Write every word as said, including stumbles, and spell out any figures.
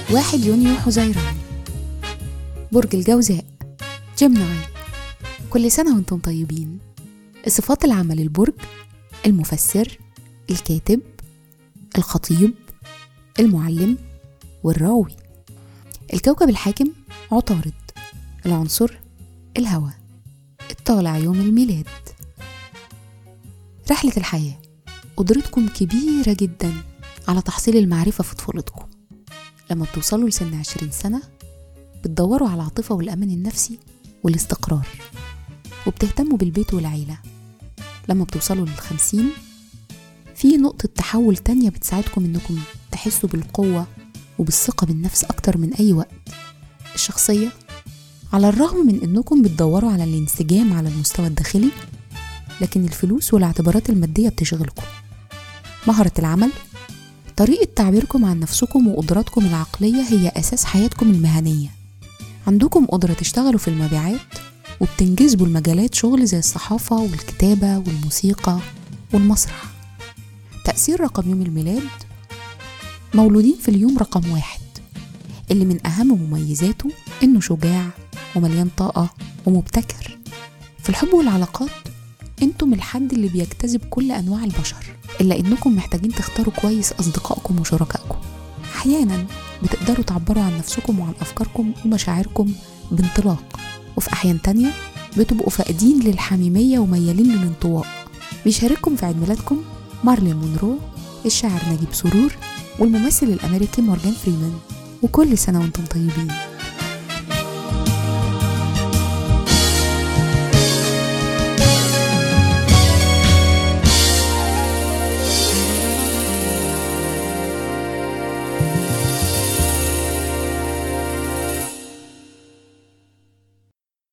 واحد يونيو حزيران، برج الجوزاء، جيمناي. كل سنة وانتم طيبين. الصفات العامة للبرج: المفسر، الكاتب، الخطيب، المعلم، والراوي. الكوكب الحاكم عطارد. العنصر الهواء. الطالع يوم الميلاد. رحلة الحياة: قدرتكم كبيرة جدا على تحصيل المعرفة في طفولتكم. لما بتوصلوا لسن عشرين سنة بتدوروا على العاطفة والأمان النفسي والاستقرار، وبتهتموا بالبيت والعيلة. لما بتوصلوا للخمسين في نقطة تحول تانية بتساعدكم انكم تحسوا بالقوة وبالثقة بالنفس أكتر من أي وقت. الشخصية: على الرغم من انكم بتدوروا على الانسجام على المستوى الداخلي، لكن الفلوس والاعتبارات المادية بتشغلكم. مهارة العمل: طريقة تعبيركم عن نفسكم وقدراتكم العقلية هي أساس حياتكم المهنية. عندكم قدرة تشتغلوا في المبيعات، وبتنجذبوا المجالات شغل زي الصحافة والكتابة والموسيقى والمسرح. تأثير رقم يوم الميلاد: مولودين في اليوم رقم واحد، اللي من أهم مميزاته إنه شجاع ومليان طاقة ومبتكر. في الحب والعلاقات انتم الحد اللي بيجتذب كل أنواع البشر، إلا إنكم محتاجين تختاروا كويس أصدقائكم وشركائكم. أحيانا بتقدروا تعبروا عن نفسكم وعن أفكاركم ومشاعركم بانطلاق، وفي أحيان تانية بتبقوا فاقدين للحميمية وميالين للانطواء. بيشارككم في عيد ميلادكم مارلين مونرو، الشاعر نجيب سرور، والممثل الأمريكي مورجان فريمان. وكل سنة وانتم طيبين.